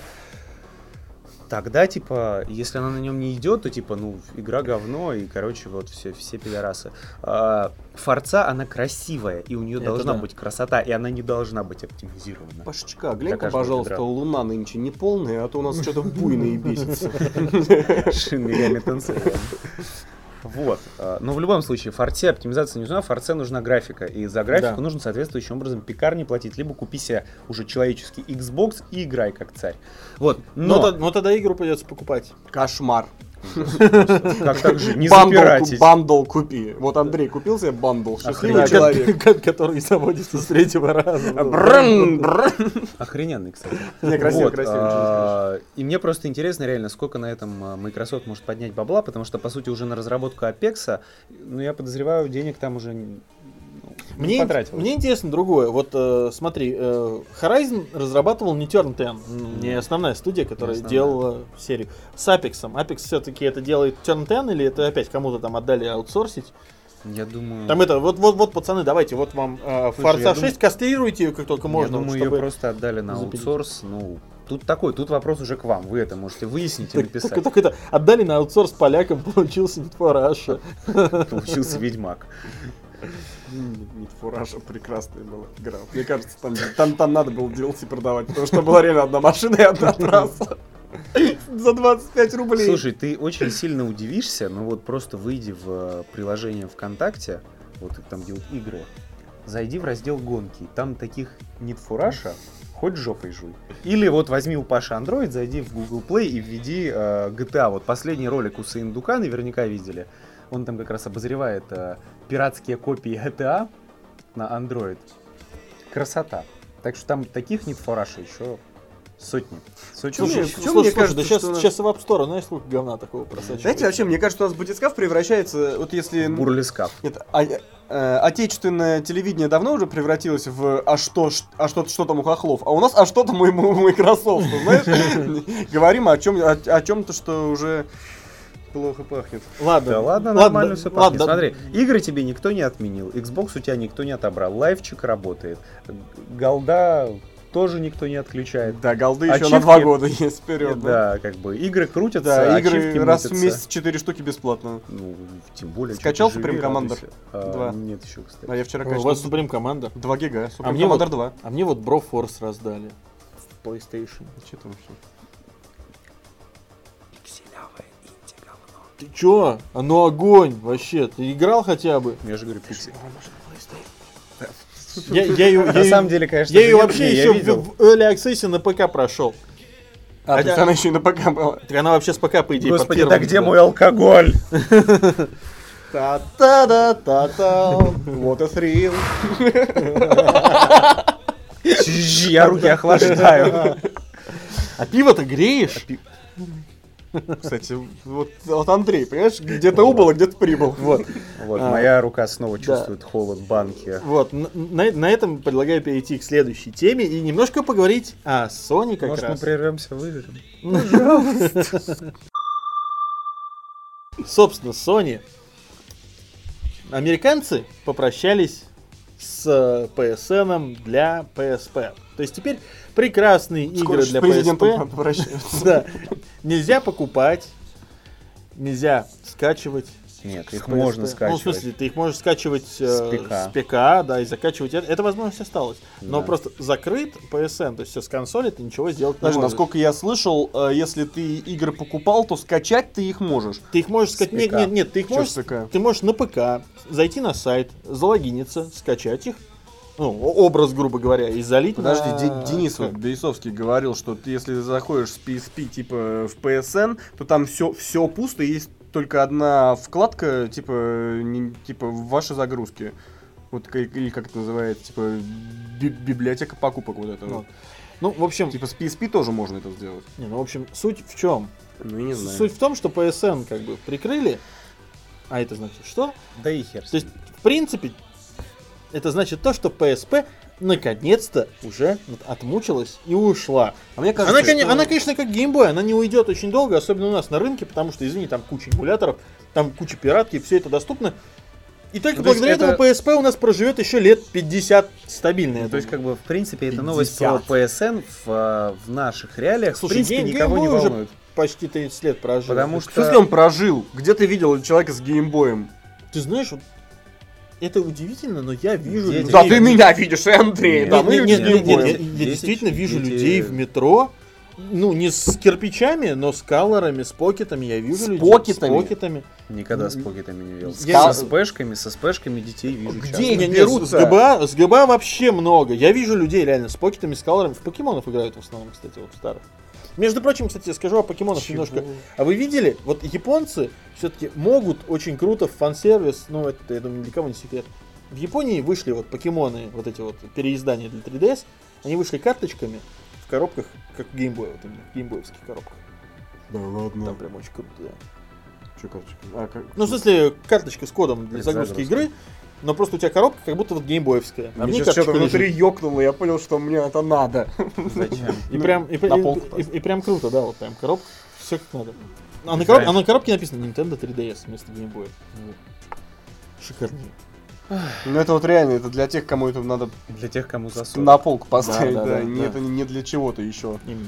тогда, типа, если она на нем не идет, то, типа, ну, игра говно, и, короче, вот все, все пидорасы. А, Форца, она красивая, и у нее Это должна да. быть красота, и она не должна быть оптимизирована. Пашечка, глянь-ка, каждого пожалуйста, ядра. луна нынче не полная, а то у нас что-то буйное бесится. Шин Мегами танцует. Вот. а, Но в любом случае, Форце оптимизация не нужна, Форце нужна графика. И за графику Да. нужно соответствующим образом пикарни платить, либо купи себе уже человеческий Xbox и играй как царь. Вот. Но, Но, то- но тогда игру придется покупать. Кошмар. как так же, не Бандл ку- запиратить. Бандл купи. Вот Андрей купил себе бандл, счастливый Охренеть. человек. Ко- который заводится с третьего раза. Брррн, брррн. Охрененный, кстати. Не, красиво, Вот, красиво, очень а, И мне просто интересно реально, сколько на этом а, Microsoft может поднять бабла, потому что, по сути, уже на разработку Apex, ну, я подозреваю, денег там уже ну, не Мне, потратилось. мне интересно другое. Вот э, смотри, э, Horizon разрабатывал не Turn десять, м, не основная студия, которая основная. делала серию. С Apex. Apex все-таки это делает Turn десять или это опять кому-то там отдали аутсорсить? Я думаю... Там это, вот, вот, вот, пацаны, давайте, вот вам э, Слушай, я Forza шесть, кастрируйте ее как только можно. Я думаю, чтобы... ее просто отдали на запилить. аутсорс. Ну, тут такой, тут вопрос уже к вам. Вы это можете выяснить и Так, написать. только, только это отдали на аутсорс полякам, получился Need for Russia. Получился Ведьмак. Need for Russia прекрасная была игра. Мне кажется, там, там, там надо было ди эл си продавать, потому что была реально одна машина и одна трасса. За двадцать пять рублей. Слушай, ты очень сильно удивишься, но вот просто выйди в э, приложение ВКонтакте, вот там где вот игры, зайди в раздел гонки, там таких Need for Russia хоть жопой жуй. Или вот возьми у Паши Android, зайди в Google Play и введи э, джи ти эй. Вот последний ролик у Саиндука наверняка видели. Он там как раз обозревает э, пиратские копии джи ти эй на Android. Красота. Так что там таких Need for Russia еще сотни. Сотни. Чё мне- Слушай, чё слушай, мне слушай, кажется, да сейчас, что- сейчас и в App Store, знаешь, сколько говна такого просачивается. Знаете, вообще, мне кажется, у нас батискаф превращается, вот если... Бурлескаф. Нет, а- э, отечественное телевидение давно уже превратилось в а что, ш- а что, что там у хохлов, а у нас а что там у у Microsoft, знаешь? Говорим о чем, о, о чем-то, что уже плохо пахнет. Ладно, Да ладно, нормально все пахнет. ладно. Смотри, игры тебе никто не отменил, Xbox у тебя никто не отобрал, лайфчик работает, голда тоже никто не отключает. Да, голды еще Ачивки- на два года есть вперед. Да, Да, как бы игры крутятся, да, ачивки игры раз в мутятся. месяц четыре штуки бесплатно. Ну, тем более. Скачал чё ты Supreme живи, Commander? радуйся. А, Два. Нет еще, кстати. А я вчера, У конечно, вас Supreme Commander. два гига, Supreme А мне, Commander вот, два. а мне вот Broforce раздали в PlayStation. Что там вообще? Пикселявое инди-говно. Ты чё? Оно огонь вообще. Ты играл хотя бы? Я же говорю, пиксель. Я, я ее, На самом деле, конечно, я же, ее нет, вообще не, я еще видел. в, в Early Access на ПК прошел. А, Хотя- то есть она еще и на ПК была. Так она вообще с ПК, по идее, Господи, портирована, да где да. мой алкоголь? Та-та-да-та-та. Вот и thrill. Я руки охлаждаю. А пиво-то греешь? Кстати, вот, вот Андрей, понимаешь, где-то убыл, а где-то прибыл. Вот. Вот, А. моя рука снова Да. чувствует холод банки. Вот, на, на- на этом предлагаю перейти к следующей теме и немножко поговорить о Sony как Может, мы раз. прервемся, выживем? Собственно, Sony. Американцы попрощались с пи эс эн для пи эс пи. То есть теперь прекрасные Скоро игры с для пи эс президентом пи попрощаются. да, нельзя покупать, нельзя скачивать, Нет, их С можно пи эс пи. скачивать. Ну, в смысле, ты их можешь скачивать э, С ПК. с ПК, да, и закачивать. Это, эта возможность осталась. Но Да. просто закрыт пи эс эн, то есть с консоли ты ничего сделать Даже, не можешь. насколько я слышал, э, если ты игры покупал, то скачать ты их можешь. Ты их можешь скачать. Нет, ПК. нет, нет, ты их Чё можешь. с ПК? Ты можешь на ПК зайти на сайт, залогиниться, скачать их. Ну, образ, грубо говоря, и залить. Подожди, на... Де- Денис вот Бересовский говорил, что ты, если заходишь с пи эс пи типа в пи эс эн, то там все, все пусто, есть только одна вкладка, типа, не, типа ваши загрузки. Вот как- или как это называется, типа би- библиотека покупок вот это. Вот. Вот. Ну, в общем, Типа с пи эс пи тоже можно это сделать. не, ну, в общем, суть в чем? Ну, я не знаю. Суть в том, что пи эс эн как бы прикрыли, а это значит что? Да и хер. с То есть, ним. в принципе, это значит то, что пи эс пи наконец-то уже вот отмучилась и ушла. А мне кажется, Она, коне- что- она, конечно, как геймбой, она не уйдет очень долго, особенно у нас на рынке, потому что, извини, там куча эмуляторов, там куча пиратки, все это доступно. И только Ну, то есть благодаря это- этому пи эс пи у нас проживет еще лет пятьдесят стабильно. я Ну, то есть, думаю. как бы, в принципе, это пятьдесят. новость про пи эс эн в, а, в наших реалиях, Слушай, в принципе, гейм- никого не геймбой уже волнует. почти тридцать лет прожил. Потому В что... смысле он прожил? Где ты видел человека с геймбоем? Ты знаешь, вот это удивительно, но я вижу Дети. людей... Да ты меня видишь, и Андрей, Нет, да, Нет, мы нет, с нет, нет, нет, геймбоем. я, я Дети- действительно вижу дети- людей в метро, ну, не с кирпичами, но с колорами, с покетами, я вижу С людей покетами? с покетами. Никогда с покетами не видел. Я- Со спешками, со спешками детей вижу Где часто. их Не, не, берутся? с ГБА, с ГБА вообще много. Я вижу людей реально с покетами, с колорами. В покемонов играют в основном, кстати, вот старых. Между прочим, кстати, скажу о покемонах Чего? немножко. А вы видели, вот японцы все-таки могут очень круто в фан-сервис, ну это, я думаю, ни для кого не секрет. В Японии вышли вот покемоны, вот эти вот переиздания для три ди эс, они вышли карточками в коробках, как в геймбой, вот именно, в геймбоевских коробках. Да ладно. Там прям очень круто, да. Чё, карточка? А, как- Ну, в смысле, карточка с кодом для Для загрузки загрузки. игры, но просто у тебя коробка как будто вот геймбоевская. А в Мне ней сейчас что-то карточка внутри лежит. ёкнуло, я понял, что мне это надо. Зачем? И Ну, прям, и, на и- полку и- поставь. и прям круто, да, вот прям коробка, все как надо. А на, короб- а на коробке написано Nintendo три ди эс вместо геймбоя. Шикарно. Ну это вот реально, это для тех, кому это надо Для тех, кому за сорок. на полку поставить, Да, да, да, не- да. это не для чего-то еще. Именно.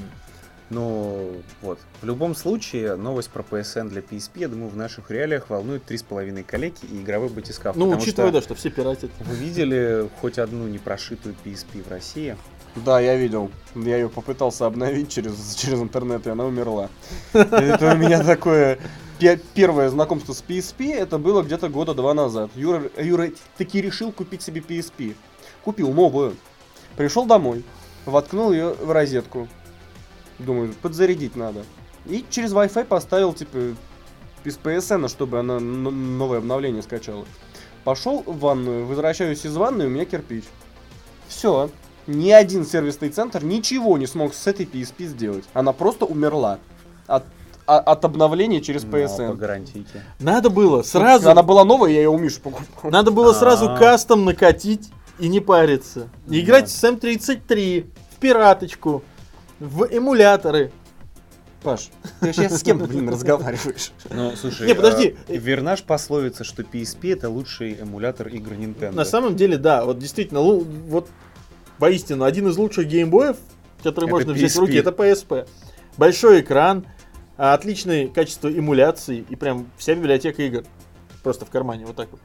Ну, вот. В любом случае, новость про пи эс эн для пи эс пи, я думаю, в наших реалиях волнует три с половиной коллеги и игровой батискаф. Ну, потому учитывая, что да, что все пиратят. вы видели хоть одну непрошитую пи эс пи в России? Да, я видел. Я ее попытался обновить через, через интернет, и она умерла. Это у меня такое... пе- Первое знакомство с пи эс пи, это было где-то года два назад. Юра, Юра таки решил купить себе пи эс пи. Купил новую. Пришел домой, воткнул ее в розетку. Думаю, подзарядить надо. И через Wi-Fi поставил, типа, из пи эс эн, чтобы она н- новое обновление скачала. Пошел в ванную, возвращаюсь из ванной, у меня кирпич. Все. Ни один сервисный центр ничего не смог с этой пи эс пи сделать. Она просто умерла от, а- от обновления через Ну, пи эс а по эн. гарантийке. Надо было сразу, Она была новая, я ее у Миши покупал. надо было сразу А. кастом накатить и не париться. Не Да. играть с эм тридцать три, в пираточку, в эмуляторы. Паш, ты сейчас с кем, блин, разговариваешь? Ну, слушай, Не, подожди. а, верна ж пословица, что пи эс пи это лучший эмулятор игр Nintendo. На самом деле, да, вот действительно, лу- вот воистину, один из лучших геймбоев, который Это можно взять в пи эс пи. руки, это пи эс пи. Большой экран, а, отличное качество эмуляции и прям вся библиотека игр просто в кармане, вот так вот.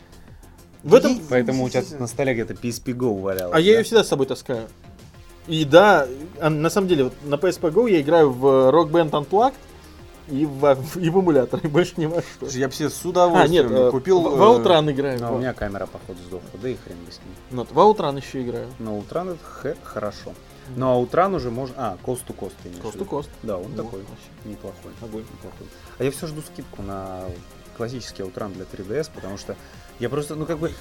В этом... Поэтому у тебя на столе где-то пи эс пи Go валялось. А я да? ее всегда с собой таскаю. И да, а на самом деле, вот на пи эс пи Go я играю в Rock Band Unplugged и в, и в эмулятор, и больше ни во что. Я бы себе с А, удовольствием нет, э, купил... в, э, в Outrun играю. Ну, а у вот. меня камера, походу, сдохла, да и хрен бы с ним. Вот, в Outrun еще играю. Но Outrun это хе- хорошо. Ну, а Outrun уже можно... А, Coast to Coast ты имеешь в Coast to виду? Coast. Да, он Вот, такой вообще. неплохой. Огонь. неплохой. А я все жду скидку на классический Outrun для три ди эс, потому что я просто, ну, как бы...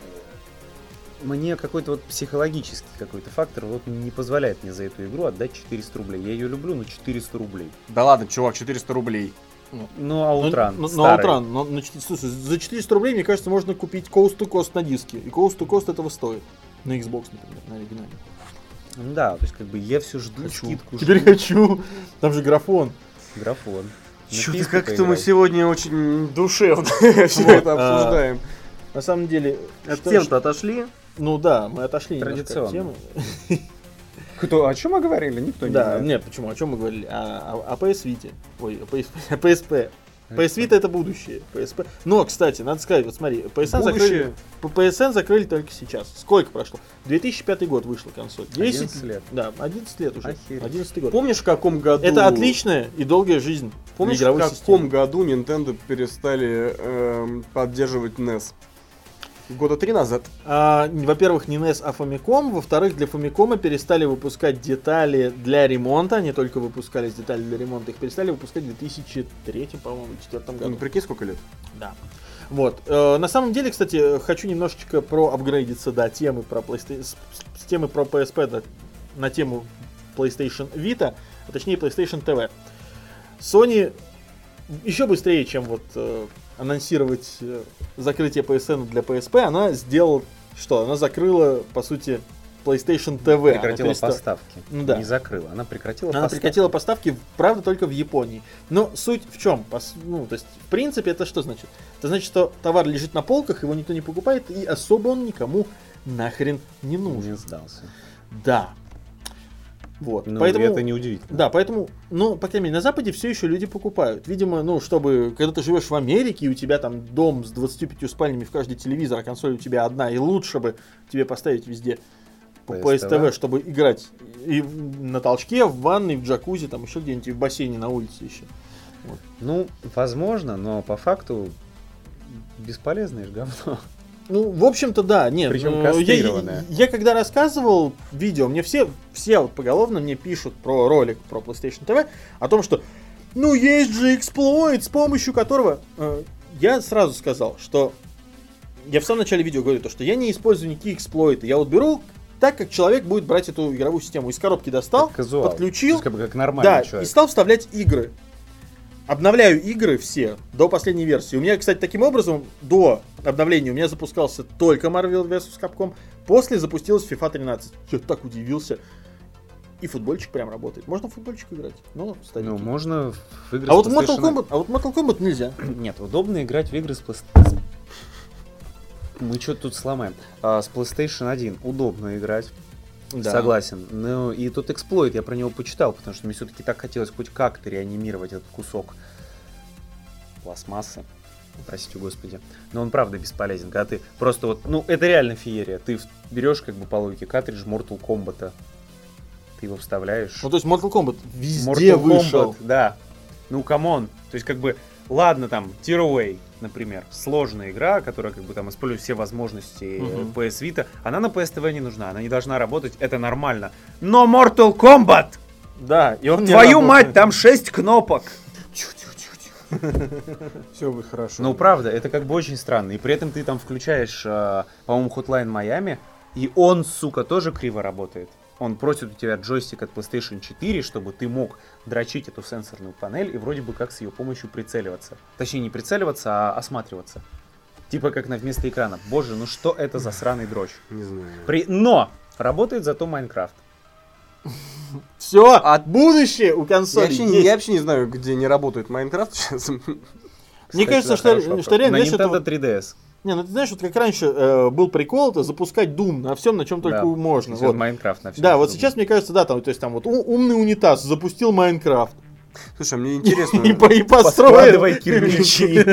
Мне какой-то вот психологический какой-то фактор вот не позволяет мне за эту игру отдать четыреста рублей. Я ее люблю, но четыреста рублей. Да ладно, чувак, четыреста рублей. Ну, Ну, Outrun, ну, ну, старый. Outrun, но на четыре- слушай, за четыреста рублей, мне кажется, можно купить Coast to Coast на диске. И Coast to Coast этого стоит. На Xbox, например, на оригинале. Да, то есть как бы я все жду Хочу. скидку. Теперь жду. хочу. Там же графон. Графон. На Чё-то писку как-то мы поиграл. сегодня очень душевно все Вот, это а, обсуждаем. На самом деле... От что- тем-то отошли. Ну да, мы отошли немножко от Традиционно. темы. Кто, о чем мы говорили? Никто не Да, знает. нет, почему? О чем мы говорили? О, о, о пи эс Vita. Ой, о пи эс пи. О пи эс пи. пи эс Vita это будущее. пи эс пи... Но, кстати, надо сказать, вот смотри, пи эс эн закрыли, пи эс эн закрыли только сейчас. Сколько прошло? две тысячи пятый год вышла консоль. десять одиннадцать лет. Да, одиннадцать лет уже. Охереть. одиннадцатый год. Помнишь, в каком году... Это отличная и долгая жизнь. Помнишь, в игровой каком системы. году Nintendo перестали эм, поддерживать эн и эс? Года три назад. А, во-первых, не эн и эс, а Famicom. Во-вторых, для Famicom перестали выпускать детали для ремонта. Они только выпускались детали для ремонта. Их перестали выпускать в две тысячи третьем, по-моему, две тысячи четвёртом году. Ну, прикинь, сколько лет? Да. Вот. Э, на самом деле, кстати, хочу немножечко проапгрейдиться до темы про PlayStation, с, с темы про пи эс пи да, на тему PlayStation Vita, а точнее PlayStation ти ви. Sony еще быстрее, чем вот э, анонсировать э, закрытие пи эс эн для пи эс пи, она сделала что? Она закрыла, по сути, PlayStation ти ви. Прекратила перестала... поставки. Ну, да. Не закрыла, она прекратила Она поставки. прекратила поставки, правда, только в Японии. Но суть в чем? Пос- Ну, то есть, в принципе, это что значит? Это значит, что товар лежит на полках, его никто не покупает, и особо он никому нахрен не нужен. Не сдался. Да. Вот. Ну, поэтому, это неудивительно. да, поэтому, ну, по крайней мере, на Западе все еще люди покупают. Видимо, ну, чтобы, когда ты живешь в Америке, и у тебя там дом с двадцатью пятью спальнями в каждый телевизор, а консоль у тебя одна, и лучше бы тебе поставить везде по пи эс ти ви. пи эс ти ви, чтобы играть и в- на толчке, в ванной, в джакузи, там еще где-нибудь, в бассейне на улице еще. Ну, возможно, но по факту бесполезное же говно. Ну, в общем-то, да, нет. Причем ну, я, кастрированное. я, я когда рассказывал видео, мне все, все вот поголовно мне пишут про ролик про PlayStation ти ви, о том, что, ну, есть же эксплойт, с помощью которого... э, я сразу сказал, что... Я в самом начале видео говорю, то, что я не использую никакие эксплойты. Я вот беру так, как человек будет брать эту игровую систему. Из коробки достал, Как казуал. подключил, То есть, как, бы как нормальный да, человек. и стал вставлять игры. Обновляю игры все до последней версии. У меня, кстати, таким образом, до обновления у меня запускался только Marvel версус. Capcom. После запустилась FIFA тринадцать. Я так удивился. И футбольчик прям работает. Можно в футбольчик играть? Ну, Ну, можно в игры а с вот в Mortal PlayStation- Kombat, а вот в Mortal Kombat нельзя. Нет, удобно играть в игры с PlayStation. Мы что тут сломаем? А, с PlayStation один удобно играть. Согласен. Ну и тут эксплойт, я про него почитал, потому что мне все-таки так хотелось хоть как-то реанимировать этот кусок пластмассы. Простите, господи. Но он правда бесполезен, когда ты просто вот, ну это реально феерия. Ты в- берешь как бы по логике картридж Mortal Kombat, ты его вставляешь. Ну, то есть Mortal Kombat везде Mortal вышел. Kombat, да. Ну камон. То есть как бы, ладно там, Tearaway, например, сложная игра, которая как бы там использует все возможности Мгм. пи эс Vita, она на пи эс ти ви не нужна, она не должна работать, это нормально. Но Mortal Kombat! Да, и он не Твою работает. мать, там шесть кнопок! Все будет хорошо. Ну правда, это как бы очень странно. И при этом ты там включаешь, э, по-моему, Hotline Miami, и он, сука, тоже криво работает. Он просит у тебя джойстик от PlayStation четыре, чтобы ты мог дрочить эту сенсорную панель и вроде бы как с ее помощью прицеливаться. Точнее, не прицеливаться, а осматриваться. Типа как на вместо экрана. Боже, ну что это за сраный дрочь? Не знаю. При... Но! Работает зато Майнкрафт. Все, от будущее у Я консоли вообще, не, есть. я вообще не знаю, где не работает Майнкрафт сейчас. Мне Кстати, кажется, да, что, хороший что вопрос. реально, На знаешь, это Nintendo вот- три ди эс. Не, ну ты знаешь, вот как раньше э, был прикол, это запускать Doom на всем, на чем только Да. можно. Сейчас Вот. Майнкрафт на всем. Да, вот сейчас, мне кажется, да, там, то есть там вот у- умный унитаз запустил Майнкрафт. Слушай, мне интересно. И, по- и Поскладывай построил. кирпичи.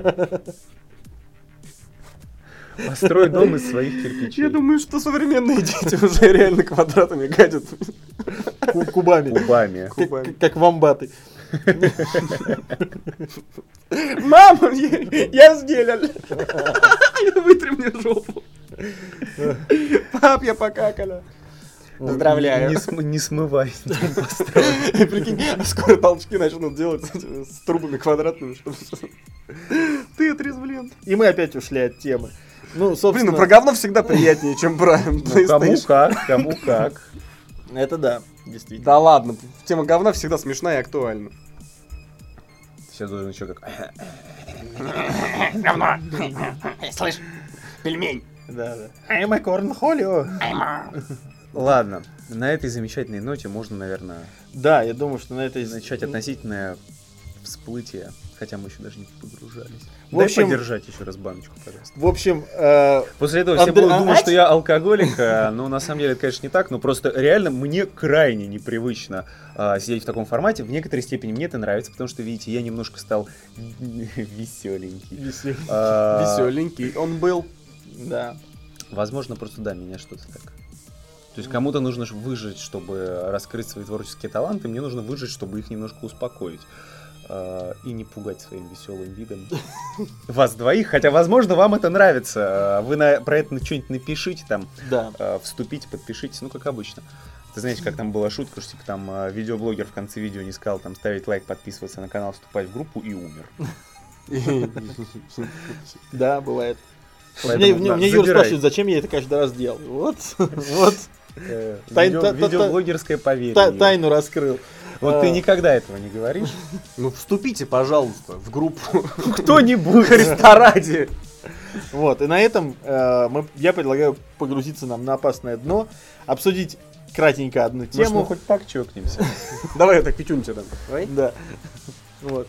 Построй дом из своих кирпичей. Я думаю, что современные дети уже реально квадратами гадят. Ку- Кубами. Кубами. Как, Кубами. как- как вамбаты. Мама, я, я сделал. Вытри мне жопу. Пап, я покакала. Поздравляю. Не, см- не смывай. дом построй. И прикинь, а скоро толчки начнут делать с трубами квадратными, чтобы... Ты отрезвлен. И мы опять ушли от темы. Ну, Блин, собственно, ну про говно всегда приятнее, чем про Ну, кому PlayStation. как, кому как. это да, действительно. Да ладно, тема говна всегда смешная и актуальна. Сейчас должен еще как... Слышь, пельмень. Да, да. I'm a cornholio. Ладно, на этой замечательной ноте можно, наверное, Да, я думаю, что на этой... начать относительное всплытие, хотя мы еще даже не погружались. В Дай общем- подержать еще раз баночку, пожалуйста. В общем, э, После этого все Андрей- будут думать, а- что я алкоголик, а, но на самом деле это, конечно, не так, но просто реально мне крайне непривычно а, сидеть в таком формате. В некоторой степени мне это нравится, потому что, видите, я немножко стал веселенький. весел- А, Веселенький он был. да. Возможно, просто, да, меня что-то так. То есть кому-то нужно ж выжить, чтобы раскрыть свои творческие таланты, мне нужно выжить, чтобы их немножко успокоить. А, и не пугать своим веселым видом вас двоих, хотя, возможно, вам это нравится. А, Вы на, про это что-нибудь напишите там, Да. а, вступите, подпишитесь, ну, как обычно. Ты знаете, как там была шутка, что типа там а, видеоблогер в конце видео не сказал там ставить лайк, подписываться на канал, вступать в группу и умер. Да, бывает. Вот Поэтому, Мне, да, мне Юра забирай. спрашивает, зачем я это каждый раз делал. Вот, вот, Э, Тай- видео- та- та- та- Видеоблогерское поверье. та- тайну раскрыл. Вот ты А, никогда этого не говоришь. Ну вступите, пожалуйста, в группу. Кто-нибудь. Христа ради. Вот, и на этом э, мы, я предлагаю погрузиться нам на опасное дно, обсудить кратенько одну Может, мы тему. хоть так чокнемся. Давай я так пятюню тебе дам. Давай. Да. Вот.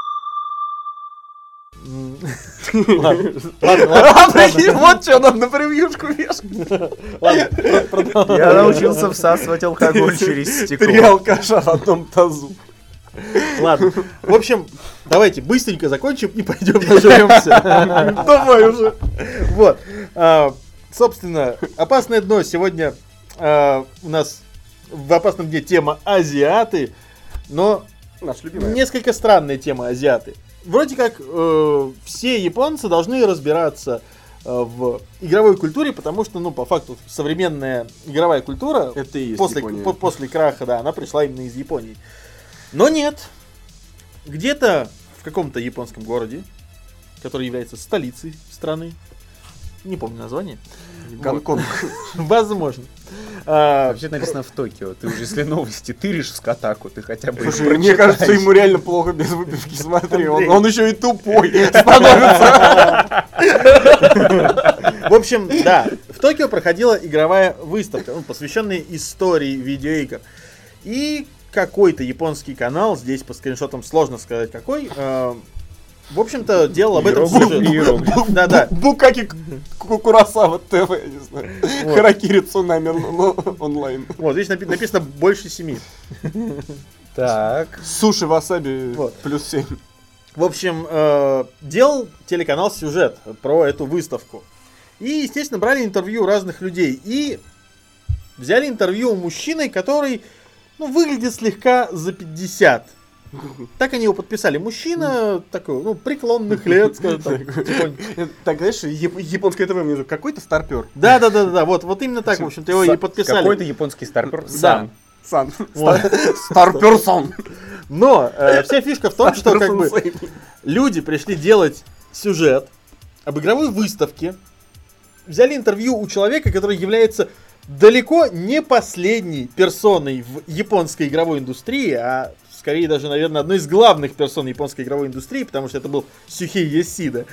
М, Ладно, ладно, ладно, Вот что нам на превьюшку вешать. ладно, про- про- Я научился всасывать алкоголь через Три стекло. алкаша в одном тазу. ладно. В общем, давайте быстренько закончим и пойдем нажремся. Давай уже. Вот. а, Собственно, опасное дно сегодня а, у нас в опасном дне тема азиаты, но Наш любимый. несколько странная тема азиаты. Вроде как э, все японцы должны разбираться э, в игровой культуре, потому что, ну, по факту, современная игровая культура Это и есть после, Япония. по- после краха, да, она пришла именно из Японии. Но нет. Где-то в каком-то японском городе, который является столицей страны, не помню название, Гонконг. возможно. А, Вообще написано в Токио. Ты уже, если новости тыришь с Катаку, ты хотя бы их Слушай, мне прочитай. кажется, ему реально плохо без выпивки. Смотри, он, Андрей. он еще и тупой становится. В общем, да, в Токио проходила игровая выставка, ну, посвященная истории видеоигр. И какой-то японский канал, здесь по скриншотам сложно сказать какой, э, в общем-то, делал об этом Иероглиф, сюжет. иероглиф. Да-да. Букаки Ку- Куросава ТВ, я не знаю. Вот. Харакири Цунами ну, онлайн. Вот, здесь напи- написано больше семи. Так. Суши васаби Вот. плюс семь. В общем, э, делал телеканал сюжет про эту выставку. И, естественно, брали интервью у разных людей. И взяли интервью у мужчины, который, ну, выглядит слегка за пятьдесят. Так они его подписали. Мужчина такой, ну, преклонных лет, скажем так. тихонько. Так, знаешь, яп- японское ТВ внизу. Какой-то старпер. Да, да, да, да, да, вот, вот именно так, в общем-то, его и подписали. Какой-то японский старпер. Да. Сан. Сан. Вот. Старперсон. Но э, вся фишка в том, что как бы люди пришли делать сюжет об игровой выставке, взяли интервью у человека, который является далеко не последней персоной в японской игровой индустрии, а скорее даже, наверное, одной из главных персон японской игровой индустрии, потому что это был Сюхей Ясида.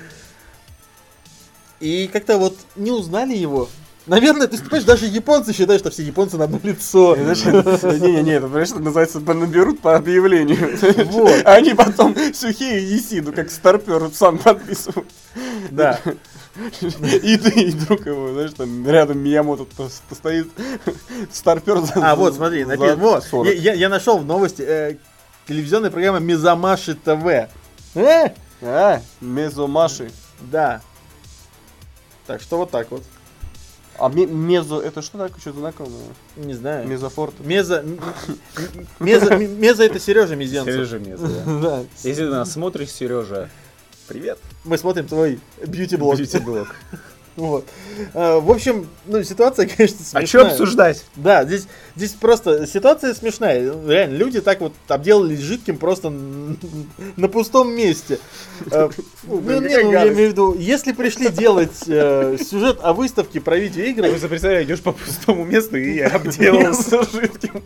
И как-то вот не узнали его. Наверное, ты понимаешь, даже японцы считают, что все японцы на одно лицо. Не-не-не, это, понимаешь, это называется наберут по объявлению. Вот. А они потом Сюхею Есиду, как старпер, сам подписывают. Да. И ты, и друг его, знаешь, там рядом Миямото то стоит, старпер за А, вот, смотри, за написано, вот, сорок. я, я- я нашел в новости э, телевизионная программа Мизамаши ТВ. Э? А, Мезомаши. Да. Так что вот так вот. А ме- мезо, это что такое, что-то знакомое? Не знаю. Мезофорт. Меза... м- м- Меза, м- Меза это Сережа Мизенцев. Сережа Меза, да. Да. Если ты нас смотришь, Сережа, привет. Мы смотрим твой бьюти-блог. Бьюти-блог. Вот. А, в общем, ну, ситуация, конечно, смешная. А что обсуждать? Да, здесь, здесь просто ситуация смешная. Реально, люди так вот обделались жидким просто н- на пустом месте. Э, Ну, блин, не, какая ну, я гадость. имею в виду, если пришли делать э, сюжет о выставке про видеоигры, Просто представляю, идешь по пустому месту и обделался жидким.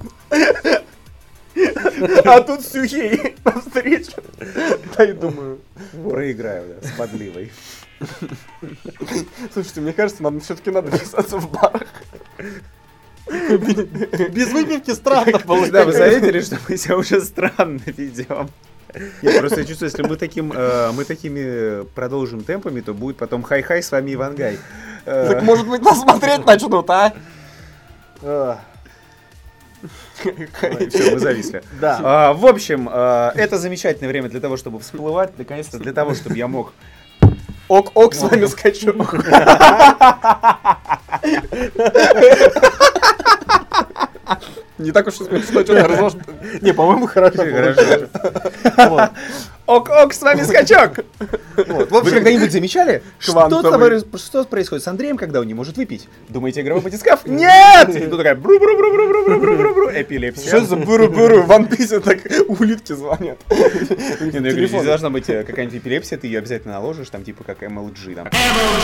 А тут Сюхей навстречу. Да, и думаю, Проиграю, да, с подливой. слушайте, мне кажется, нам все-таки надо писаться в барах. без выпивки странно Да, вы получается. заметили, что мы себя уже странно ведем. Нет, просто я чувствую, если мы таким, э, мы такими продолжим темпами, то будет потом хай-хай, с вами Ивангай. Э, Так может быть нас смотреть начнут, а? А, Все, мы зависли. Да. А, в общем, а, это замечательное время для того, чтобы всплывать, наконец-то для того, чтобы я мог... Ок-ок, с вами скачок. Не так уж и смешно, что ты разложил. Не, по-моему, хорошо. Хорошо. Вот. Ок-ок, с вами скачок! Вот. В Вы общем, когда-нибудь замечали, что, Квантовый. с тобой- что происходит с Андреем, когда он не может выпить? Думаете, игровой батискаф? Нет! И тут такая бру-бру-бру-бру-бру-бру-бру-бру, эпилепсия. Что за буру-буру? В One Piece так улитки звонят. Не, ну я говорю, здесь должна быть э, какая-нибудь эпилепсия, ты ее обязательно наложишь, там типа как эм эл джи там.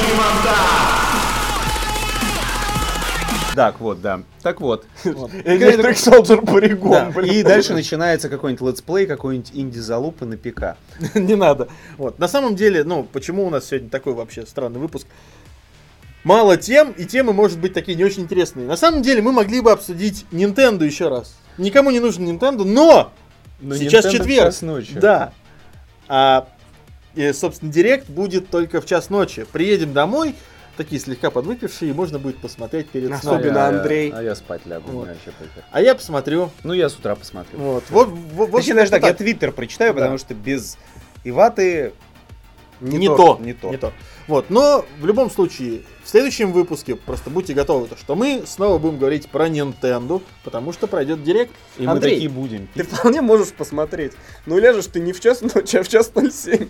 Так, вот, да. Так вот. Electric Soldier Porygon, Да. И дальше начинается какой-нибудь летсплей, какой-нибудь инди-залупа на ПК. не надо. Вот. На самом деле, ну, почему у нас сегодня такой вообще странный выпуск? Мало тем, и темы, может быть, такие не очень интересные. На самом деле, мы могли бы обсудить Nintendo еще раз. Никому не нужен Nintendo, но, Но сейчас Nintendo в четверг. час ночи. Да. А, и, собственно, Директ будет только в час ночи. Приедем домой, такие слегка подвыпившие, и можно будет посмотреть перед сном. Особенно А я- Андрей. А я спать лягу, Вот. у меня вообще похер. А я посмотрю. Ну, я с утра посмотрю. Вот. Вот, вот, вот Точнее, даже так, так. я твиттер прочитаю, Да. потому что без Иваты Не, то, не то. не то. Вот, но в любом случае, в следующем выпуске просто будьте готовы, то, что мы снова будем говорить про Nintendo, потому что пройдет Директ. И мы Андрей, такие будем. Ты вполне можешь посмотреть. Ну ляжешь ты не в час ночи, а в час ноль семь.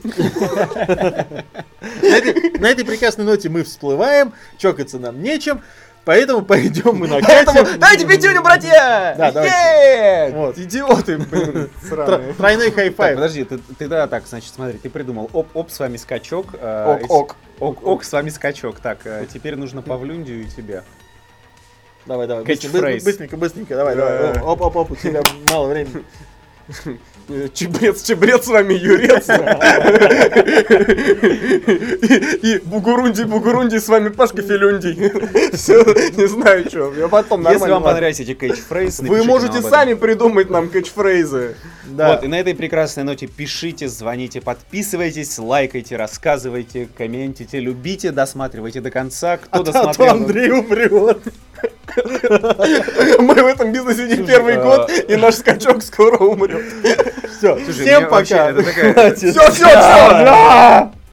На этой, на этой прекрасной ноте мы всплываем, чокаться нам нечем, поэтому пойдем мы Поэтому накатим. дайте пятюню, братья! Да, давайте. Е! Вот. Идиоты, блин, сраные. Тро- Тройной Так, хай-файв. подожди, ты, ты да, так, значит, смотри, ты придумал оп-оп, с вами скачок. э, эти- Ок-ок. Ок-ок, с вами скачок. Так, э, теперь нужно Павлюндию и тебе. Давай, давай, Catchphrase. быстренько, быстренько, давай, Да. давай. Оп, оп, оп, у тебя мало времени. Чебрец, чебрец, с вами Юрец. И, и Бугурунди, Бугурунди, с вами Пашка Филюндий. Все, не знаю, что. Я потом Если нормально. вам понравились эти кэтчфрейзы, Вы напишите можете нам об этом. сами придумать нам кэтчфрейзы. Да. Вот, и на этой прекрасной ноте пишите, звоните, подписывайтесь, лайкайте, рассказывайте, комментите, любите, досматривайте до конца. Кто А то- а досмотрел... то Андрей умрет. Мы в этом бизнесе не первый а- год, и наш скачок скоро умрет. Все, Слушай, всем мне вообще пока. это такая- Хватит. Все, все, все!